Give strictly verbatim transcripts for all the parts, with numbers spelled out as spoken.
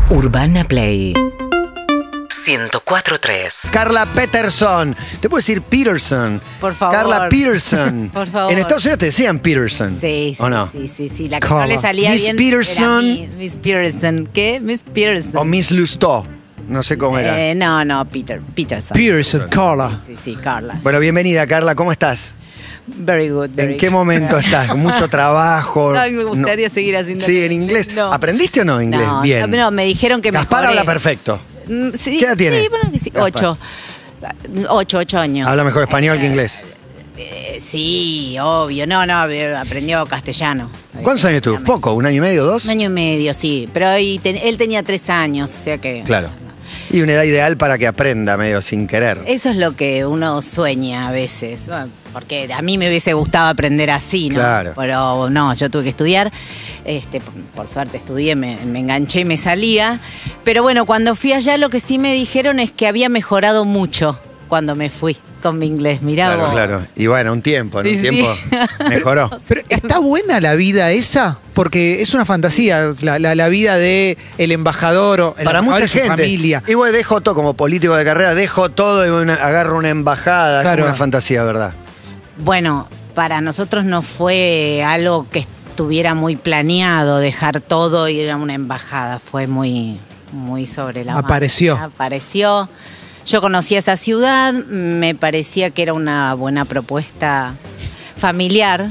Urbana Play ciento cuatro tres. Carla Peterson. Te puedo decir Peterson. Por favor. Carla Peterson. Por favor. En Estados Unidos te decían Peterson. Sí, sí, ¿o no? sí, sí, sí. La que Carla. no le salía Miss bien Peterson. era mi- Miss Peterson. ¿Qué? Miss Peterson. O Miss Lustó. No sé cómo era. Eh, no, no, Peter, Peterson. Peterson, Carla. Sí, sí, Carla. Bueno, bienvenida, Carla. ¿Cómo estás? Very good. Very ¿En qué good. momento estás? ¿Con mucho trabajo? Ay, me gustaría No. seguir haciendo Sí, en inglés. No. ¿Aprendiste o no inglés? No, Bien. no, me dijeron que Gaspar mejoré. habla perfecto. Mm, sí, ¿Qué edad tiene? Sí, bueno, que sí. Gaspar. Ocho. Ocho, ocho años. Habla mejor español que inglés. Eh, sí, obvio. No, no, aprendió castellano. ¿Cuántos años tú? ¿Poco? ¿Un año y medio? ¿Dos? Un año y medio, sí. Pero ahí ten- él tenía tres años, o sea que... Claro. Y una edad ideal para que aprenda medio sin querer. Eso es lo que uno sueña a veces. Bueno, porque a mí me hubiese gustado aprender así, ¿no? Claro. Pero no, yo tuve que estudiar. Este, por, por suerte estudié, me, me enganché y me salía. Pero bueno, cuando fui allá lo que sí me dijeron es que había mejorado mucho cuando me fui con mi inglés. Mirá Claro, vos. claro. Y bueno, un tiempo, en un Sí, sí. tiempo mejoró. Pero ¿está buena la vida esa? Porque es una fantasía, la, la, la vida de el embajador o el Para embajador mucha y su gente. familia. Y bueno, dejo todo como político de carrera, dejo todo y una- agarro una embajada. Claro. Es como una fantasía, ¿verdad? Bueno, para nosotros no fue algo que estuviera muy planeado, dejar todo y ir a una embajada. Fue muy, muy sobre la Apareció. marcha. Apareció. Yo conocía esa ciudad, me parecía que era una buena propuesta familiar,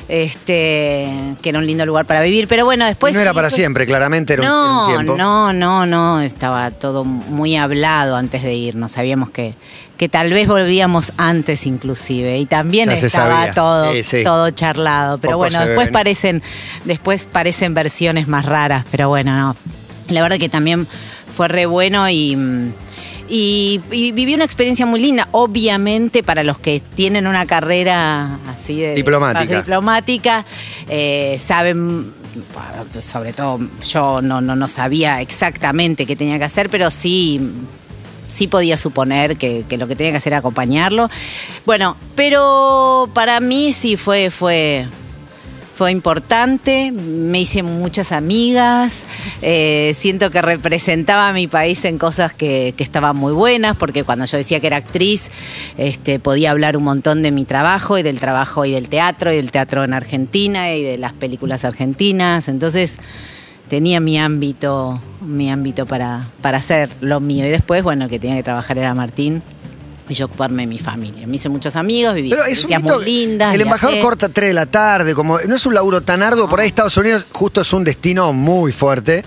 este, que era un lindo lugar para vivir, pero bueno, después... Y no era sí, para fue- siempre, claramente era un, no, era un tiempo. no, no, no, estaba todo muy hablado antes de irnos. Sabíamos que, que tal vez volvíamos antes inclusive y también Ya se estaba sabía. todo, Sí, sí. todo charlado. Pero Poco bueno, se ve después venir. parecen, después parecen versiones más raras, pero bueno, no. La verdad que también fue re bueno y... Y, y viví una experiencia muy linda, obviamente para los que tienen una carrera así de Diplomática. diplomática, eh, saben, sobre todo yo no, no, no sabía exactamente qué tenía que hacer, pero sí, sí podía suponer que, que lo que tenía que hacer era acompañarlo. Bueno, pero para mí sí fue, fue, fue importante, me hice muchas amigas, eh, siento que representaba a mi país en cosas que, que estaban muy buenas, porque cuando yo decía que era actriz, este, podía hablar un montón de mi trabajo y del trabajo y del teatro y del teatro en Argentina y de las películas argentinas, entonces tenía mi ámbito, mi ámbito para, para hacer lo mío. Y después, bueno, el que tenía que trabajar era Martín. Y yo ocuparme de mi familia. Me hice muchos amigos, viví Pero es un experiencias mito, muy lindas. el embajador viajé. corta tres de la tarde, como no es un laburo tan arduo, por ahí Estados Unidos justo es un destino muy fuerte,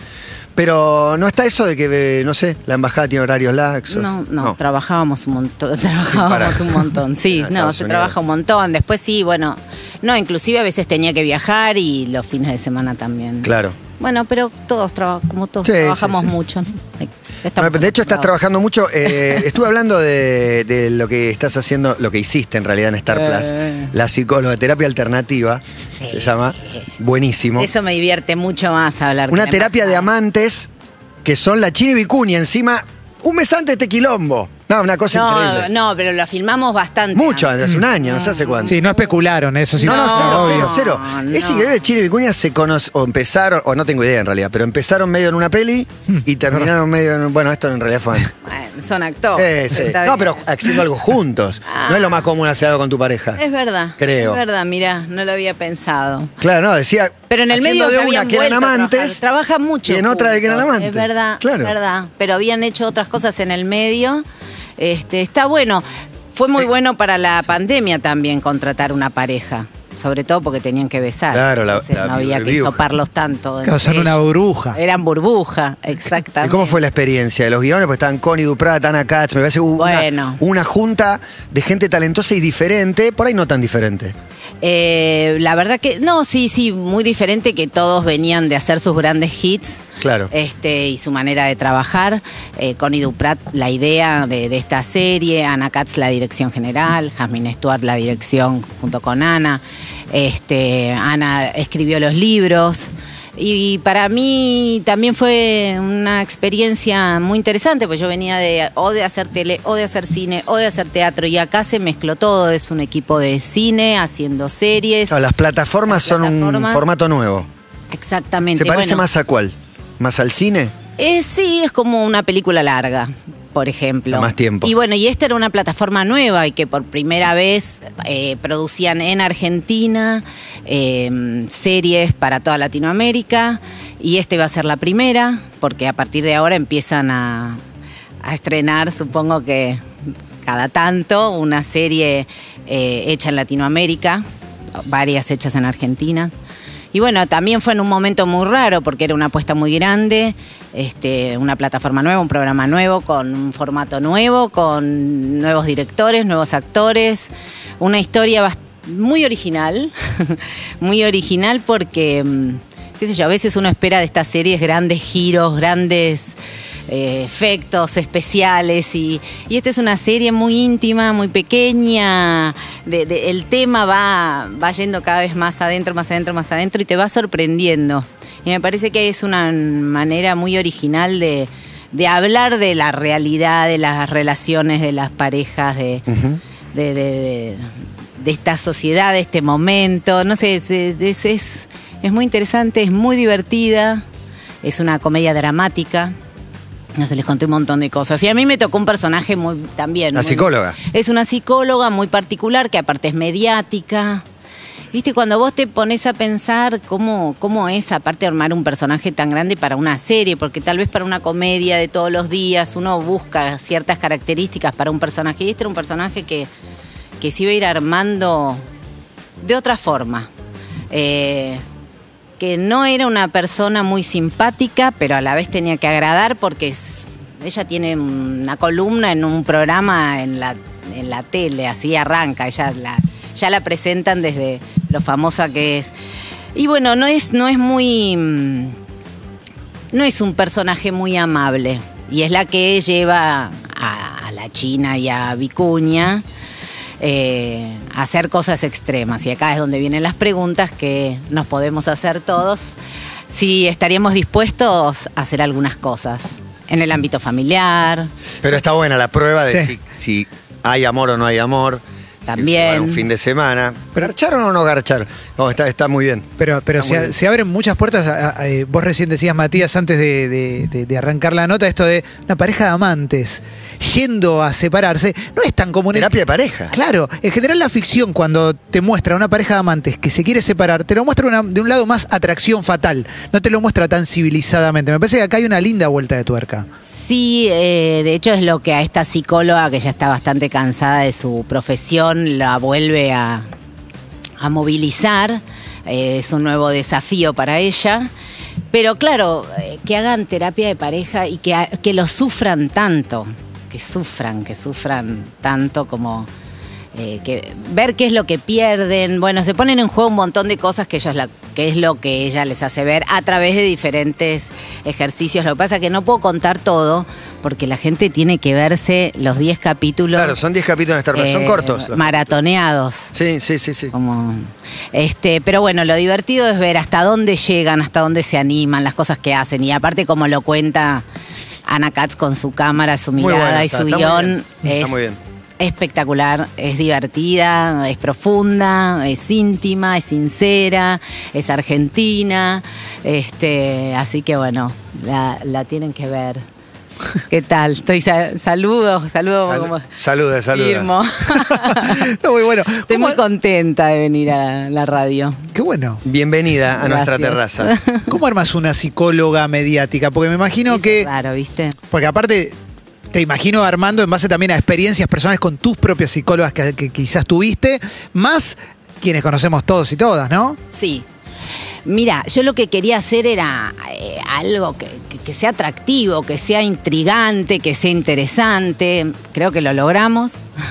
pero no está eso de que, eh, no sé, la embajada tiene horarios laxos. No, no, trabajábamos un montón, trabajábamos parás. un montón, sí, Ah, no, Estados se Unidos. trabaja un montón. Después sí, bueno, no, inclusive a veces tenía que viajar y los fines de semana también. Claro. Bueno, pero todos traba- como todos Sí, trabajamos sí, sí. mucho. ¿no? Ay, No, estamos de hecho, estás acostumbrados. trabajando mucho. Eh, estuve hablando de, de lo que estás haciendo, lo que hiciste en realidad en Star Plus. Eh. La psicóloga, terapia alternativa, Sí. se llama. Buenísimo. Eso me divierte mucho más hablar. Una que la terapia de embajada. amantes que son la China y Vicuña, encima, un mes antes de este quilombo. No, una cosa No, increíble. no, pero lo filmamos bastante. Mucho, antes. hace un año, no sé hace cuánto. Sí, no especularon, eso sí. No, no, No, cero, obvio. cero, cero. no. Es increíble, Chino y Vicuña se conocen, o empezaron, o no tengo idea en realidad, pero empezaron medio en una peli y terminaron medio en, bueno, esto en realidad fue antes. Bueno, son actores. Eh, sí. Está No, bien. pero haciendo algo juntos. Ah. No es lo más común hacer algo con tu pareja. Es verdad. Creo. Es verdad, mirá, no lo había pensado. Claro, no, decía. Pero en el haciendo medio de se una habían que eran vuelto a amantes. trabajar. Trabajan mucho. y en otra de que eran juntos. amantes. Es verdad, Claro. es verdad. Pero habían hecho otras cosas en el medio. Este, está bueno. Fue muy Eh, bueno para la pandemia también contratar una pareja. Sobre todo porque tenían que besar. Claro, la- Entonces la no había que burbuja. soparlos tanto. Claro, son entre una ellos. burbuja. Eran burbuja, ¿Y exactamente. cómo fue la experiencia de los guiones? Pues estaban Connie Duprat, Ana Katz, me parece hubo Bueno. una, una junta de gente talentosa y diferente, por ahí no tan diferente. Eh, la verdad que, no, sí, sí, muy diferente, que todos venían de hacer sus grandes hits. Claro. Este, y su manera de trabajar. Eh, Connie Duprat, la idea de, de esta serie, Ana Katz, la dirección general, Jasmine Stuart, la dirección junto con Ana. Este, Ana escribió los libros. Y para mí también fue una experiencia muy interesante, porque yo venía de o de hacer tele, o de hacer cine, o de hacer teatro, y acá se mezcló todo. Es un equipo de cine haciendo series. No, las plataformas Las son un plataformas. formato nuevo. Exactamente. ¿Se parece Bueno, más a cuál? ¿Más al cine? Eh, sí, es como una película larga, por ejemplo. A más tiempo. Y bueno, y esta era una plataforma nueva y que por primera vez eh, producían en Argentina eh, series para toda Latinoamérica. Y esta iba a ser la primera, porque a partir de ahora empiezan a, a estrenar, supongo que cada tanto, una serie eh, hecha en Latinoamérica, varias hechas en Argentina. Y bueno, también fue en un momento muy raro porque era una apuesta muy grande, este, una plataforma nueva, un programa nuevo, con un formato nuevo, con nuevos directores, nuevos actores, una historia bast- muy original, muy original porque, qué sé yo, a veces uno espera de estas series grandes giros, grandes eh, efectos especiales y, y esta es una serie muy íntima, muy pequeña, de, de, el tema va, va yendo cada vez más adentro, más adentro, más adentro y te va sorprendiendo. Y me parece que es una manera muy original de, de hablar de la realidad, de las relaciones, de las parejas, de, uh-huh. de, de, de, de esta sociedad, de este momento. No sé, es, es, es, es muy interesante, es muy divertida, es una comedia dramática. Ya se les conté un montón de cosas. Y a mí me tocó un personaje muy también. La muy, psicóloga. Es una psicóloga muy particular, que aparte es mediática. Viste, cuando vos te pones a pensar cómo, cómo es, aparte de armar un personaje tan grande para una serie, porque tal vez para una comedia de todos los días uno busca ciertas características para un personaje. Y este era un personaje que, que se iba a ir armando de otra forma. Eh... que no era una persona muy simpática, pero a la vez tenía que agradar porque es, ella tiene una columna en un programa en la, en la tele, así arranca, ella la, ya la presentan desde lo famosa que es. Y bueno, no es, no es muy... no es un personaje muy amable, y es la que lleva a, a la China y a Vicuña Eh, hacer cosas extremas. Y acá es donde vienen las preguntas que nos podemos hacer todos, si estaríamos dispuestos a hacer algunas cosas en el ámbito familiar. Pero está buena la prueba de Sí. si, si hay amor o no hay amor. También. Si un fin de semana. ¿Garcharon o no garcharon? No, está, está muy bien. Pero, pero Está se, muy bien. se abren muchas puertas. A, a, a, vos recién decías, Matías, antes de, de, de, de arrancar la nota, esto de una pareja de amantes yendo a separarse. No es tan común. Terapia de pareja. Claro, en general la ficción, cuando te muestra una pareja de amantes que se quiere separar, te lo muestra una, de un lado más atracción fatal. No te lo muestra tan civilizadamente. Me parece que acá hay una linda vuelta de tuerca. Sí, eh, de hecho es lo que a esta psicóloga, que ya está bastante cansada de su profesión, la vuelve a, a movilizar. Eh, es un nuevo desafío para ella. Pero claro, eh, que hagan terapia de pareja y que, que lo sufran tanto, que sufran, que sufran tanto como... Eh, que ver qué es lo que pierden. Bueno, se ponen en juego un montón de cosas que, ellos la, que es lo que ella les hace ver a través de diferentes ejercicios. Lo que pasa es que no puedo contar todo porque la gente tiene que verse los diez capítulos. Claro, son diez capítulos de Star Plus, eh, son cortos. maratoneados. Sí, sí, sí, sí. Como, este, pero bueno, lo divertido es ver hasta dónde llegan, hasta dónde se animan, las cosas que hacen. Y aparte, como lo cuenta Ana Katz con su cámara, su Muy mirada bueno, y está, su está muy guión, bien. es Está muy bien. espectacular, es divertida, es profunda, es íntima, es sincera, es argentina, este, así que bueno, la, la tienen que ver. ¿Qué tal? Estoy sa- saludos, saludos Sal- como saluda, saluda. Irmo. Está muy bueno. Estoy ¿Cómo- muy contenta de venir a la radio. Qué bueno. Bienvenida a nuestra Gracias. terraza. ¿Cómo armas una psicóloga mediática? Porque me imagino Es que... raro, ¿viste? Porque aparte, te imagino armando en base también a experiencias personales con tus propias psicólogas que, que quizás tuviste, más quienes conocemos todos y todas, ¿no? Sí. Mira, yo lo que quería hacer era eh, algo que, que, que sea atractivo, que sea intrigante, que sea interesante. Creo que lo logramos.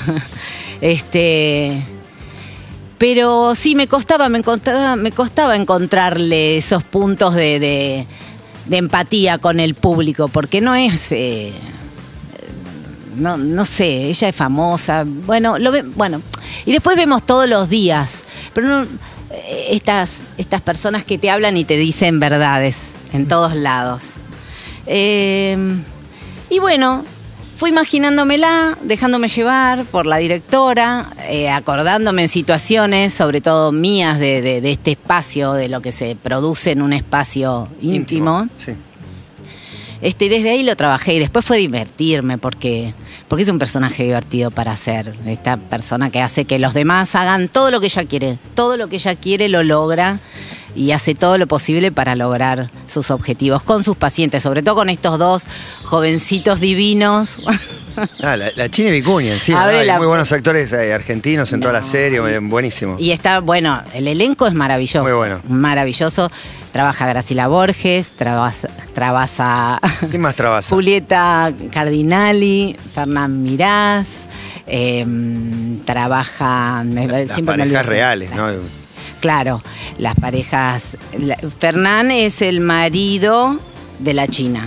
este, pero sí, me costaba, me costaba, me costaba encontrarle esos puntos de, de, de empatía con el público, porque no es... Eh, No, no sé, ella es famosa, bueno, lo ve, bueno, y después vemos todos los días, pero no, estas, estas personas que te hablan y te dicen verdades en todos lados. Eh, y bueno, fui imaginándomela, dejándome llevar por la directora, eh, acordándome en situaciones, sobre todo mías, de, de, de este espacio, de lo que se produce en un espacio íntimo. Sí. Este, y desde ahí lo trabajé y después fue divertirme porque, porque es un personaje divertido para hacer. Esta persona que hace que los demás hagan todo lo que ella quiere. Todo lo que ella quiere lo logra y hace todo lo posible para lograr sus objetivos con sus pacientes, sobre todo con estos dos jovencitos divinos. Ah, la, la China y Vicuña, sí, hay la... muy buenos actores eh, argentinos en no, toda la serie, y, buenísimo. Y está, bueno, el elenco es maravilloso. Muy bueno. Maravilloso. Trabaja Graciela Borges, trabaja, trabaja ¿quién más trabaja? Julieta Cardinali, Fernán Mirás, eh, trabaja... Me, las siempre parejas me reales, ¿no? Claro, las parejas... La, Fernán es el marido de la China.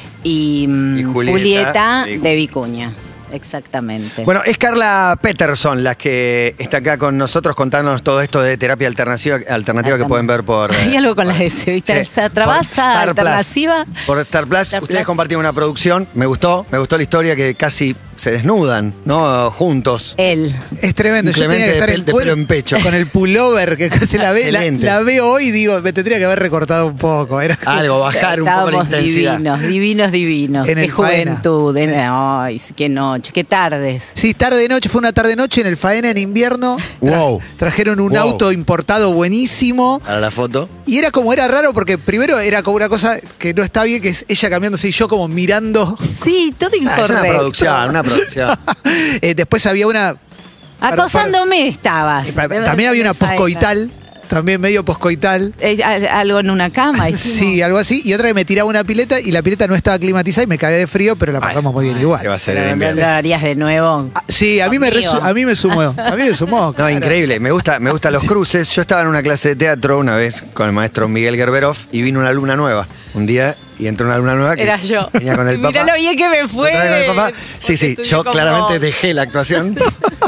Y, y Julieta, Julieta de, de Vicuña. Exactamente. Bueno, es Carla Peterson la que está acá con nosotros contándonos todo esto de terapia alternativa, alternativa que pueden ver por... Hay eh, algo con por, la S, ¿viste? Sí, Trabaza alternativa. Plus, por Star Plus. Star Ustedes Plus. compartieron una producción, me gustó, me gustó la historia que casi se desnudan, ¿no? Juntos. Él. Es tremendo. Yo tenía que estar de, el de pelo en pecho. Con el pullover que casi la, ve, la, la veo hoy y digo, me tendría que haber recortado un poco. Era como... Algo, bajar un poco la intensidad. Divinos, divinos, divinos. En qué el Faena. juventud. En, ay, qué noche, qué tardes. Sí, tarde-noche, fue una tarde-noche en el Faena en invierno. Tra Wow. Trajeron un Wow. auto importado buenísimo. Para la foto. Y era como, era raro porque primero era como una cosa que no está bien, que es ella cambiándose y yo como mirando. Sí, todo Ah, incorrecto. es una producción, una producción. Eh, después había una... Acosándome estabas. También había una poscoital, también medio poscoital. Eh, algo en una cama. hicimos. Sí, algo así. Y otra que me tiraba una pileta y la pileta no estaba climatizada y me cagué de frío, pero la pasamos muy bien igual. ¿Qué va a ser Pero el ¿Lo invierno? lo harías de nuevo? Ah, sí, a mí, me Conmigo. resu- a mí me sumó. A mí me sumó. No, claro. increíble. Me gusta, me gustan los cruces. Yo estaba en una clase de teatro una vez con el maestro Miguel Gerberov y vino una alumna nueva. Un día y entró una alumna nueva que Era yo. venía con el papá. Mirá lo bien que me fue. ¿Otra vez con el papá? Sí, sí. Porque Yo estudié con claramente vos. dejé la actuación.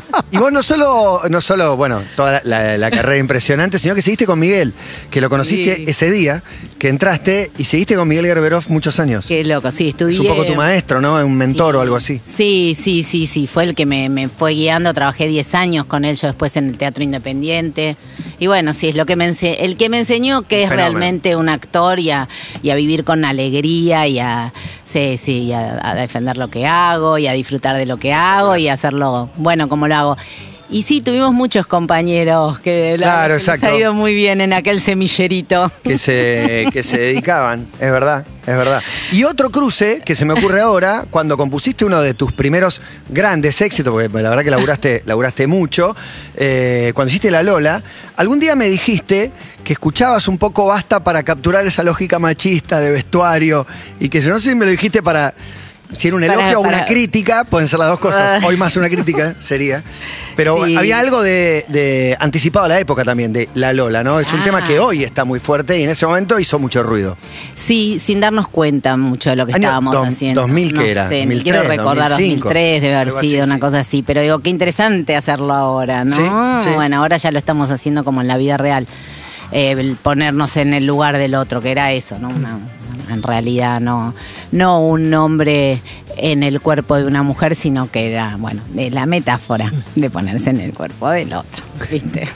Y vos no solo, no solo, bueno, toda la, la- la carrera impresionante, sino que seguiste con Miguel, que lo conociste Sí. ese día, que entraste y seguiste con Miguel Gerberov muchos años. Qué loco, sí, estudié. Es un poco tu maestro, ¿no? Un mentor o algo así. Sí, sí, sí, sí, fue el que me, me fue guiando, trabajé diez años con él, yo después en el Teatro Independiente. Y bueno, sí, es lo que me ense- el que me enseñó que es Fenómeno. realmente un actor y a, y a vivir con alegría y a, sí, sí, y a, a defender lo que hago y a disfrutar de lo que hago y a hacerlo bueno como lo hago. Y sí, tuvimos muchos compañeros que la Claro, verdad que les exacto. ha ido muy bien en aquel semillerito. que se, que se dedicaban, es verdad, es verdad. Y otro cruce que se me ocurre ahora, cuando compusiste uno de tus primeros grandes éxitos, porque la verdad que laburaste, laburaste mucho, eh, cuando hiciste La Lola, algún día me dijiste que escuchabas un poco Basta para capturar esa lógica machista de vestuario y que si no sé si me lo dijiste para... Si era un Para- elogio o una para- crítica, pueden ser las dos cosas. Hoy más una crítica sería. Pero Sí. había algo de, de anticipado a la época también, de La Lola, ¿no? Es un Ah. tema que hoy está muy fuerte y en ese momento hizo mucho ruido. Sí, sin darnos cuenta mucho de lo que Año estábamos dos- haciendo. dos mil, no ¿qué era? sé, dos mil ni quiero tres, recordar dos mil dos mil cinco. tres, debe haber Algo así, sido una sí. cosa así. Pero digo, qué interesante hacerlo ahora, ¿no? Sí, sí. Bueno, ahora ya lo estamos haciendo como en la vida real. Eh, el ponernos en el lugar del otro, que era eso, ¿no? Una, en realidad no, no un hombre en el cuerpo de una mujer, sino que era, bueno, de la metáfora de ponerse en el cuerpo del otro, ¿viste?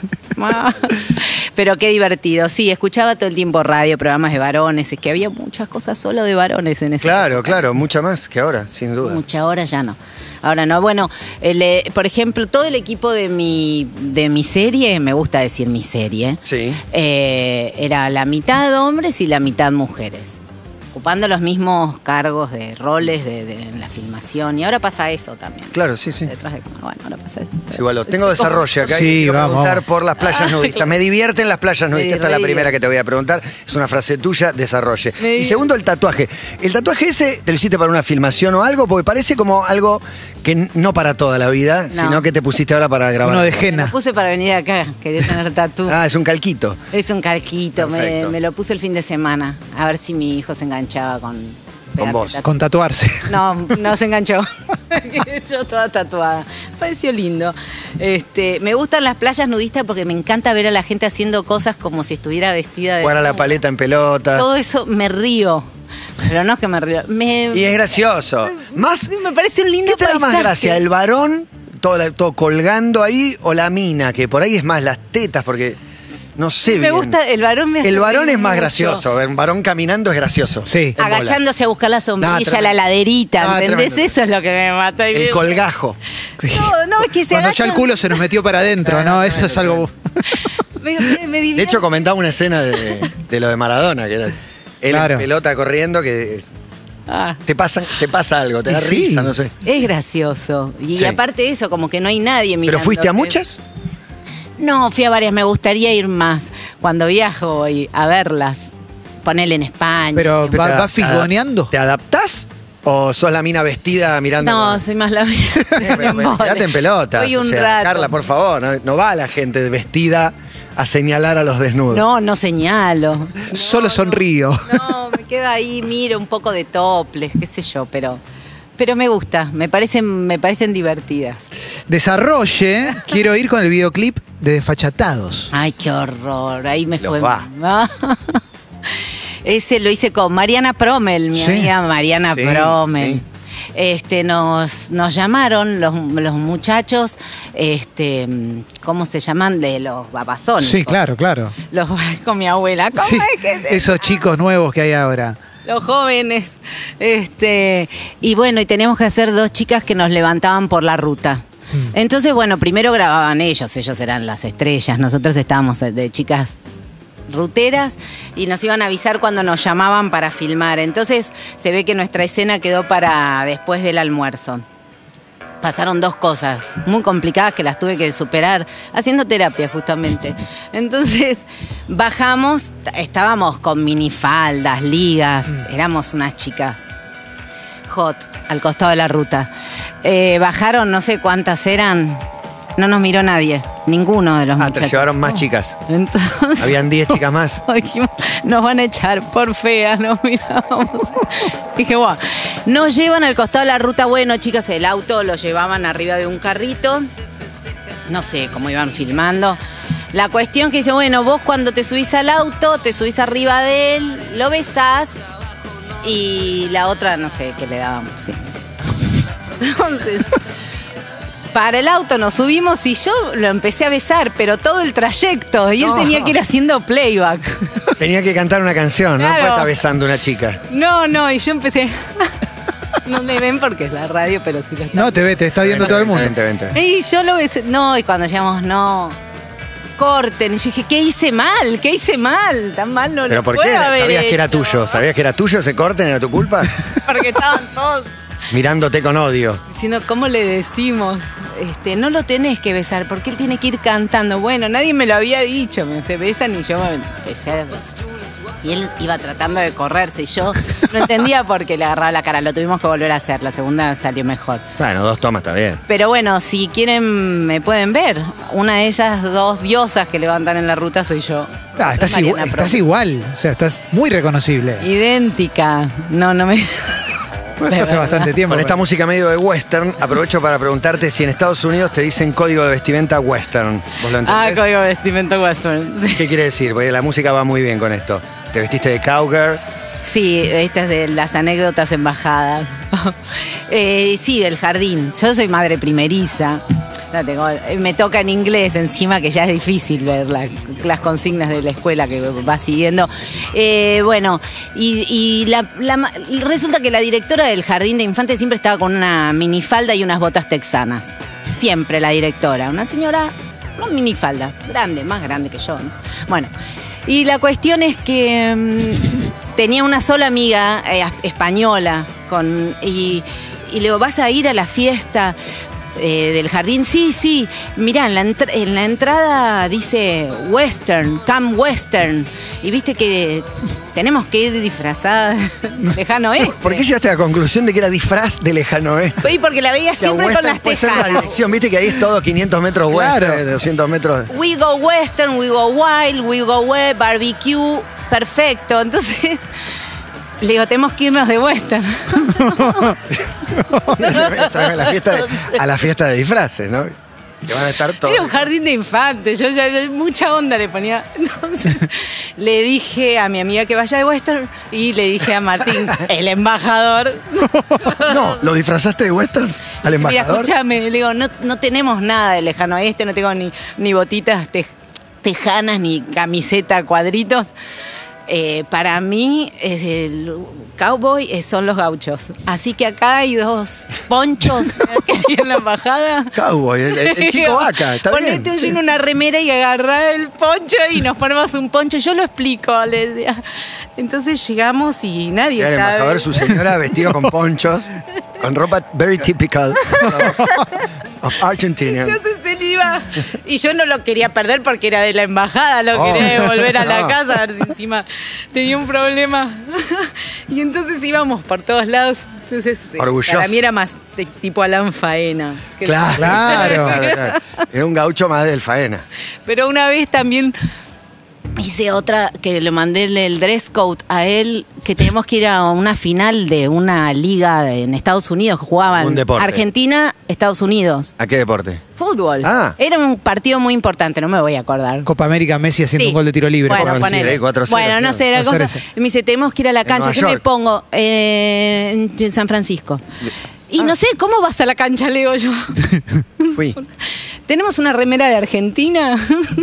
Pero qué divertido. Sí, escuchaba todo el tiempo radio, programas de varones, es que había muchas cosas solo de varones en ese Claro, claro, mucha más que ahora, sin duda. Mucha hora ya no. Ahora no. Bueno, el, eh, por ejemplo, todo el equipo de mi, de mi serie, me gusta decir mi serie, Sí. eh, era la mitad hombres y la mitad mujeres, ocupando los mismos cargos de roles de, de- en la filmación. Y ahora pasa eso también. Claro, sí, sí. Detrás de cámara. Bueno, ahora pasa eso. Sí, igual lo tengo desarrollo acá Sí, y quiero vamos, preguntar vamos. por las playas nudistas. Me divierten las playas Me nudistas. Esta es la re primera divierte. que te voy a preguntar. Es una frase tuya, desarrolle. Me Y divierte. segundo, el tatuaje. ¿El tatuaje ese te lo hiciste para una filmación o algo? Porque parece como algo que n- no para toda la vida, No. sino que te pusiste ahora para grabar. Uno de Me lo henna. puse para venir acá, quería tener tatú. Ah, es un calquito. Es un calquito, me, Perfecto. me lo puse el fin de semana, a ver si mi hijo se enganchaba con... pegarse vos. tatu. Con tatuarse. No, no se enganchó. Yo toda tatuada. Pareció lindo. Este, me gustan las playas nudistas porque me encanta ver a la gente haciendo cosas como si estuviera vestida de... Jugar a la paleta en pelotas. Todo eso me río. Pero no es que me río. Me, Y es gracioso. Más, me parece un lindo ¿qué te da más paisaje. gracia? ¿El varón todo, la- todo colgando ahí o la mina? Que por ahí es más las tetas porque... No sé Me bien. gusta, el varón me hace El varón reír es más mucho. gracioso. Ver un varón caminando es gracioso. Sí. En bola. Agachándose a buscar la sombrilla, No, tremendo. la laderita, No, ¿entendés? tremendo. Eso es lo que me mata. Y El me- colgajo. No, no, es que se Cuando agacha. ya el culo se nos metió para adentro, Ah, ¿no? no, Eso no, es algo... Me, me, me De divierte. hecho, comentaba una escena de, de lo de Maradona, que era él Claro. en pelota corriendo, que Ah, te, pasan, te pasa algo, te da Y sí. risa, no sé. es gracioso. Y Sí. aparte de eso, como que no hay nadie mirando. ¿Pero fuiste a muchas? No, fui a varias. Me gustaría ir más. Cuando viajo voy a verlas. Ponerle en España. Pero ¿Te va, adap- va fisgoneando. ¿Te adaptás? ¿O sos la mina vestida mirando? No, con- soy más la Eh, pero, pero quédate en pelota. Voy un o sea, rato. Carla, por favor, no, no va la gente vestida a señalar a los desnudos. No, no señalo. Solo sonrío. No, me quedo ahí, miro un poco de toples, qué sé yo, pero, pero me gusta, me parecen, me parecen divertidas. Desarrolle, quiero ir con el videoclip de Desfachatados. Ay, qué horror, ahí me Los fue. va. Ese lo hice con Mariana Promel, mi Sí. amiga Mariana Sí, Promel. sí. Este, nos, nos llamaron los, los muchachos, este, ¿cómo se llaman? De los babasónicos. Sí, claro, claro. Los con mi abuela. ¿Cómo Sí, es que se esos chicos nuevos que hay ahora. Los jóvenes. Este, y bueno, y teníamos que hacer dos chicas que nos levantaban por la ruta. Entonces, bueno, primero grababan ellos, ellos eran las estrellas, nosotros estábamos de chicas ruteras y nos iban a avisar cuando nos llamaban para filmar. Entonces se ve que nuestra escena quedó para después del almuerzo. Pasaron dos cosas muy complicadas que las tuve que superar haciendo terapia justamente. Entonces bajamos, estábamos con minifaldas, ligas, éramos unas chicas hot al costado de la ruta. Eh, bajaron, no sé cuántas eran, no nos miró nadie, ninguno de los Ah, te muchachos. llevaron más chicas. Entonces, Habían diez chicas más. dijimos, nos van a echar por feas, nos miramos. Dije, bueno, nos llevan al costado de la ruta, bueno, chicas, el auto lo llevaban arriba de un carrito, no sé cómo iban filmando. La cuestión que dice, bueno, vos cuando te subís al auto, te subís arriba de él, lo besás y la otra, no sé, qué le dábamos, sí. Entonces, para el auto nos subimos y yo lo empecé a besar, pero todo el trayecto, y él No. tenía que ir haciendo playback. Tenía que cantar una canción, no Claro. puede estar besando a una chica. No, no, y yo empecé. No me ven porque es la radio, pero sí lo están. No, te ve, te está viendo todo el mundo. Vente, vente. Y yo lo besé. No, y cuando llegamos, no. Corten. Y yo dije, ¿qué hice mal? ¿Qué hice mal? Tan mal no ¿Pero lo por puedo qué? haber ¿Sabías que era hecho. tuyo? ¿Sabías que era tuyo ese corte? ¿Era tu culpa? Porque estaban todos Mirándote con odio. diciendo, ¿cómo le decimos? Este, no lo tenés que besar, porque él tiene que ir cantando. Bueno, nadie me lo había dicho. Me se besan y yo me empecé a... Y él iba tratando de correrse y yo no entendía por qué le agarraba la cara. Lo tuvimos que volver a hacer. La segunda salió mejor. Bueno, dos tomas está bien. Pero bueno, si quieren, me pueden ver. Una de esas dos diosas que levantan en la ruta soy yo. Ah, estás, Mariana igual, Pro. estás igual. O sea, estás muy reconocible. Idéntica. No, no me... Hace bastante tiempo. Con esta música medio de western, aprovecho para preguntarte si en Estados Unidos te dicen código de vestimenta western. ¿Vos lo Ah, entendés? código de vestimenta western. Sí, ¿Qué quiere decir? Porque la música va muy bien con esto. Te vestiste de cowgirl. sí, esta es de las anécdotas embajadas. Eh, sí, del jardín. Yo soy madre primeriza. La tengo- me toca en inglés encima, que ya es difícil ver la- las consignas de la escuela que va siguiendo. Eh, bueno, y, y la- la- resulta que la directora del jardín de infantes siempre estaba con una minifalda y unas botas texanas. Siempre la directora. Una señora, una minifalda, grande, más grande que yo, ¿no? Bueno, y la cuestión es que mm, tenía una sola amiga eh, española con, y, y le digo, ¿vas a ir a la fiesta eh, del jardín? Sí, sí. Mirá, en la, entr- en la entrada dice Western, Camp Western. Y viste que tenemos que ir disfrazadas lejano oeste. ¿Por qué llegaste a la conclusión de que era disfraz de lejano oeste? Y porque la veía O sea, siempre con western las puede ser la tejas. dirección, viste que ahí es todo quinientos metros Claro. western, doscientos metros. We go western, we go wild, we go web, barbecue, perfecto. Entonces, le digo, tenemos que irnos de western. Tráeme a la fiesta de, a la fiesta de disfraces, ¿no? Que van a estar todos. Era un jardín de infantes, yo ya mucha onda le ponía. Entonces, le dije a mi amiga que vaya de western y le dije a Martín, el embajador. No, ¿lo disfrazaste de western al Mira, embajador? escúchame, le digo, no, no tenemos nada de lejano oeste, no tengo ni, ni botitas, te- tejanas ni camiseta a cuadritos. Eh, para mí, eh, el cowboy eh, son los gauchos. Así que acá hay dos ponchos que hay en la embajada. Cowboy, el, el- el chico vaca, está bien. Ponete allí en una remera y agarrá el poncho y nos ponemos un poncho. Yo lo explico, le decía. Entonces llegamos y nadie Llega el sabe. embajador, su señora vestido con ponchos, con ropa very typical of Argentina. Entonces él iba. Y yo no lo quería perder porque era de la embajada, lo Oh. quería devolver a la No. casa, a ver si encima tenía un problema. Y entonces íbamos por todos lados. Entonces, eh, Orgulloso. para mí era más de tipo Alan Faena. que- Claro, Claro. claro, claro. Era un gaucho más del faena. Pero una vez también hice otra que le mandé el- el dress code a él, que teníamos que ir a una final de una liga de- en Estados Unidos que jugaban Un deporte. Argentina, Estados Unidos. ¿A qué deporte? Fútbol. Ah. Era un partido muy importante, no me voy a acordar. Copa América, Messi haciendo Sí. un gol de tiro libre. Bueno, Copa ponele. América, cuatro cero, bueno, no sí. sé, era cuatro cosa. cero. Y me dice, tenemos que ir a la En cancha. Nueva ¿Qué me York. pongo? Eh, en, en San Francisco. Y Ah. no sé, ¿cómo vas a la cancha, Leo yo? Fui. ¿Tenemos una remera de Argentina?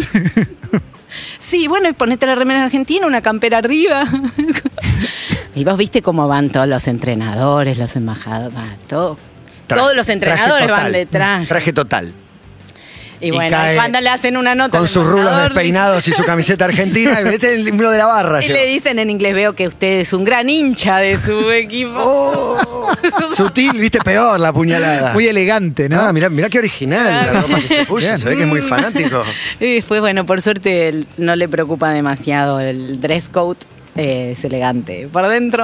Sí, bueno, y ponete la remera de Argentina, una campera arriba. Y vos viste cómo van todos los entrenadores, los embajadores, va, todo- Tra- todos los traje entrenadores total. van detrás. Traje total. Y y bueno, cae cuando le hacen una nota Con al sus rulos embajador, despeinados y su camiseta argentina, y vete el libro de la barra. y yo. le dicen en inglés, veo que usted es un gran hincha de su equipo. Oh, sutil, viste, peor la puñalada. Muy elegante, ¿no? Ah, mirá, mirá qué original la ropa que se puso. Bien. Se ve que es muy fanático. Y después, bueno, por suerte él no le preocupa demasiado el dress code. Eh, es elegante por dentro.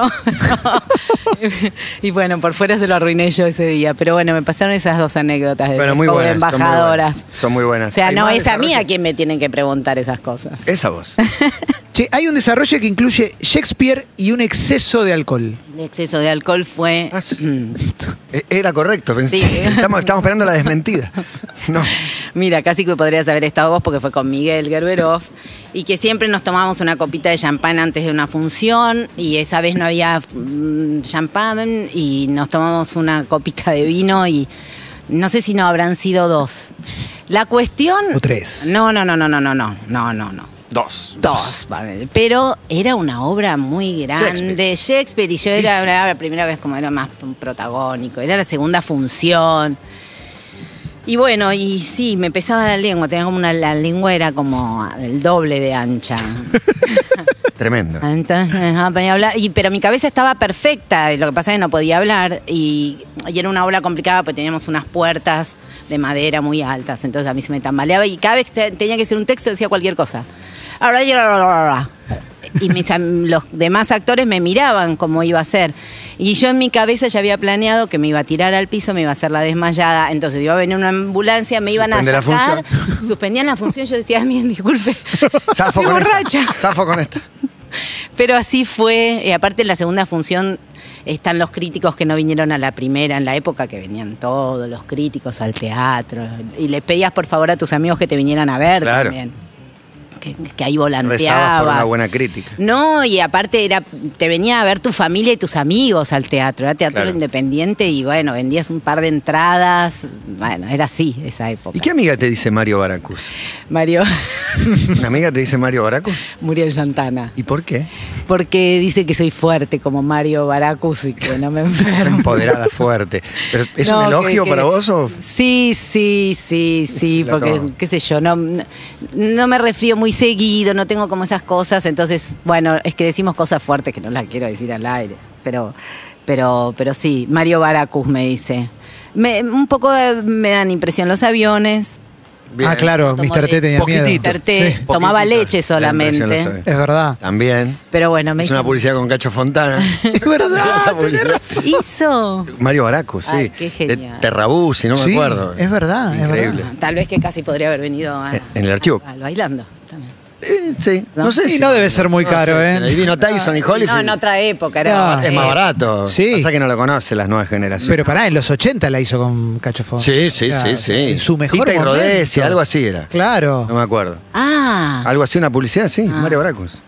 Y bueno, por fuera se lo arruiné yo ese día. Pero bueno, me pasaron esas dos anécdotas de Bueno, muy dress code buenas. son muy embajadoras. buenas, Son muy buenas. O sea, ¿Hay no más es a mí desarrollo? a quien me tienen que preguntar esas cosas. Es a vos. Che, hay un desarrollo que incluye Shakespeare y un exceso de alcohol. El exceso de alcohol fue... Ah, sí. Mm. E- Era correcto. pens- Sí. Estamos, estamos esperando la desmentida. No. Mira, casi que podrías haber estado vos porque fue con Miguel Gerberov y que siempre nos tomábamos una copita de champán antes de una función y esa vez no había mm, champán y nos tomamos una copita de vino y no sé si no habrán sido dos. La cuestión... O tres. No, no, no, no, no, no, no, no, no, no. Dos. Dos, vale. Pero era una obra muy grande, Shakespeare, y yo era, era la primera vez como era más un protagónico, era la segunda función. Y bueno, y sí, me pesaba la lengua, tenía como una, la lengua era como el doble de ancha. Tremendo. Entonces no podía hablar, y, pero mi cabeza estaba perfecta, y lo que pasa es que no podía hablar, y, y era una obra complicada porque teníamos unas puertas de madera muy altas, entonces a mí se me tambaleaba y cada vez que tenía que hacer un texto decía cualquier cosa. Y mis, am- los demás actores me miraban cómo iba a ser. Y yo en mi cabeza ya había planeado que me iba a tirar al piso, me iba a hacer la desmayada. Entonces iba a venir una ambulancia, me iban a Suspende la sacar. función. Suspendían la función, yo decía, bien, disculpe. Zafo Estoy con borracha. esta. Zafo con esta. Pero así fue. Y aparte en la segunda función están los críticos que no vinieron a la primera, en la época que venían todos los críticos al teatro. Y le pedías por favor a tus amigos que te vinieran a ver Claro. también. Que, que ahí volanteabas. Rezabas por una buena crítica. No, y aparte era, te venía a ver tu familia y tus amigos al teatro. Era teatro Claro. independiente y bueno, vendías un par de entradas. Bueno, era así esa época. ¿Y qué amiga te dice Mario Baracus? Mario ¿Una amiga te dice Mario Baracus? Muriel Santana. ¿Y por qué? Porque dice que soy fuerte como Mario Baracus y que no me enfermo. Empoderada, fuerte. ¿Pero ¿Es No, un que- elogio que- para vos o...? Sí, sí, sí, sí, la porque, tomo. qué sé yo, no, no me refrío muy seguido, no tengo como esas cosas, entonces, bueno, es que decimos cosas fuertes que no las quiero decir al aire, pero, pero, pero sí, Mario Baracus me dice. Me, un poco de- me dan impresión los aviones. Bien. Ah, claro, Tomo mister T leche. tenía miedo. Poquitito. mister T, Sí. tomaba Poquitito. leche La solamente. impresión lo sabe. Es verdad. También. Pero bueno, me Es una hizo- publicidad con Cacho Fontana. Es verdad. Esa publicidad. hizo. Mario Baracus, sí. Ay, qué genial. De Terrabús, si no me Sí, acuerdo. es verdad, es Increíble. Ah, Tal vez que casi podría haber venido a- En el archivo. al bailando también. Eh, sí, no, ¿No? sé Y si. no debe ser muy caro, sé, ¿eh? Ahí vino Tyson y Holyfield. No, en otra época era. No, Es más barato. Sí. Pasa que no lo conoce las nuevas generaciones. Pero pará, en los ochenta la hizo con Cacho Fon. Sí, sí, sí, sí. En su mejor Tita y momento. Rodesi, algo así era. Claro. No me acuerdo. Ah, Algo así, una publicidad, sí, Ah. Mario Baracus.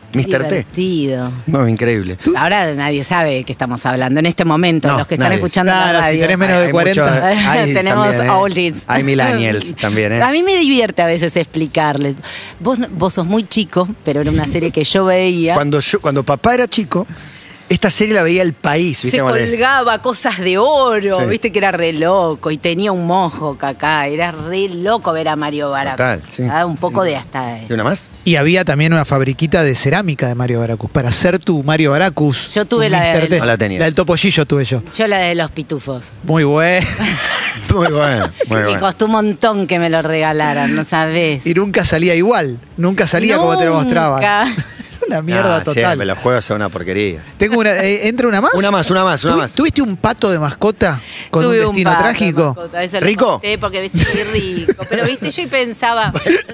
mister T. Divertido. No, increíble. Ahora nadie sabe de qué estamos hablando. En este momento, No, los que están nadie. escuchando Claro, la radio. si tenés menos Hay- de hay cuarenta. muchos- hay Tenemos también, ¿eh? oldies. Hay millennials también, ¿eh? A mí me divierte a veces explicarles. Vos, vos sos muy chico, pero era una serie que yo veía. Cuando, yo, cuando papá era chico, esta serie la veía El País. ¿viste? Se Cuando le- colgaba cosas de oro, Sí. viste que era re loco y tenía un mojo acá, era re loco ver a Mario Baracus. Total, sí. Ah, un poco de hasta... ¿Y una más? Y había también una fabriquita de cerámica de Mario Baracus. Para hacer tu Mario Baracus. Yo tuve tu la míster del- T. No la tenía. La del topollillo tuve yo. Yo la de los pitufos. Muy bueno. Muy bueno, muy Me bueno. costó un montón que me lo regalaran, ¿no sabés? Y nunca salía igual. Nunca salía como te lo mostraba. Nunca. Una mierda Ah, total. siempre, los juegos son una porquería. Tengo una. eh, ¿Entra una más? Una más, una más, una ¿Tuvi- más. ¿Tuviste un pato de mascota con Tuve un destino pato de trágico? mascota, eso lo ¿Rico? conté porque ves, soy rico. Pero viste, yo pensaba,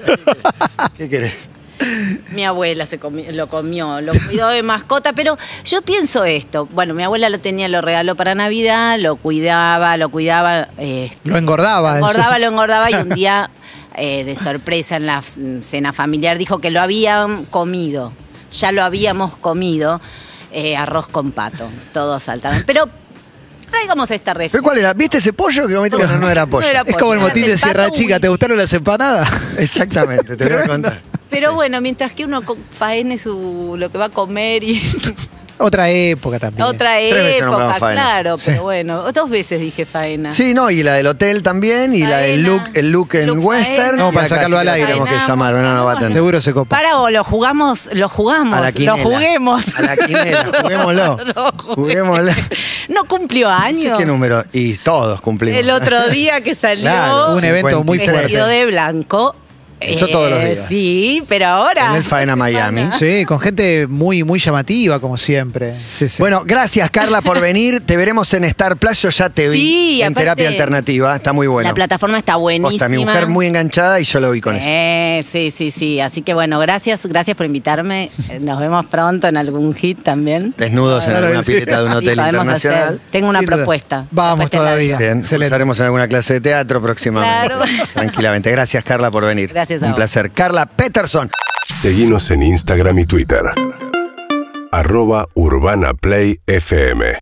¿Qué querés? mi abuela se comi- lo comió, lo cuidó de mascota, pero yo pienso esto. Bueno, mi abuela lo tenía, lo regaló para Navidad, lo cuidaba, lo cuidaba. eh, Lo engordaba. Lo en su- engordaba, lo engordaba y un día, eh, de sorpresa en la mm, cena familiar, dijo que lo habían comido. Ya lo habíamos comido, eh, arroz con pato. Todos saltaron. Pero traigamos esta ¿Pero reflexión. cuál era? ¿Viste ese pollo que comiste? Bueno, no era pollo. No era Es como el Era motín del de Sierra pato Chica. Willy. ¿Te gustaron las empanadas? Exactamente, te voy a contar. Pero bueno, mientras que uno co- faene su, lo que va a comer y Otra época también. otra Tres veces nombramos época, faena. claro, Sí. pero bueno, dos veces dije faena. Sí, no, y la del hotel también, y la del Faena. look, el look en Look western. faena. No, para Y acá sacarlo sí al la aire. Tenemos que Faenamos, llamar, bueno, no va a atender. Seguro se copa. Para o lo jugamos, lo jugamos, A la lo quinela. juguemos. A la quinela, juguémoslo. Lo Juguémoslo. No cumplió No sé años. qué número. Y todos cumplimos. El otro día que salió Claro, Un evento muy cincuenta y tres. vestido de blanco. Eso todos los días. Sí, pero ahora. En el Faena Miami. Sí, con gente muy, muy llamativa, como siempre. Sí, sí. Bueno, gracias Carla por venir. Te veremos en Star Plus. Yo ya te vi Sí, en aparte, Terapia Alternativa. Está muy bueno. La plataforma está buenísima. Posta, mi mujer muy enganchada y yo lo vi con eso. Eh, sí, sí, sí. Así que bueno, gracias, gracias por invitarme. Eh, Nos vemos pronto en algún hit también. Desnudos en Claro alguna que sí. pileta de un Y hotel podemos internacional. hacer- Tengo una Sin duda. propuesta. Vamos Propuesta en la todavía. vida. Bien, Excelente. usaremos en alguna clase de teatro próximamente. Claro. Tranquilamente. Gracias Carla por venir. Gracias a Un vos. placer. Carla Peterson. Seguinos en Instagram y Twitter. Arroba Urbana Play F M.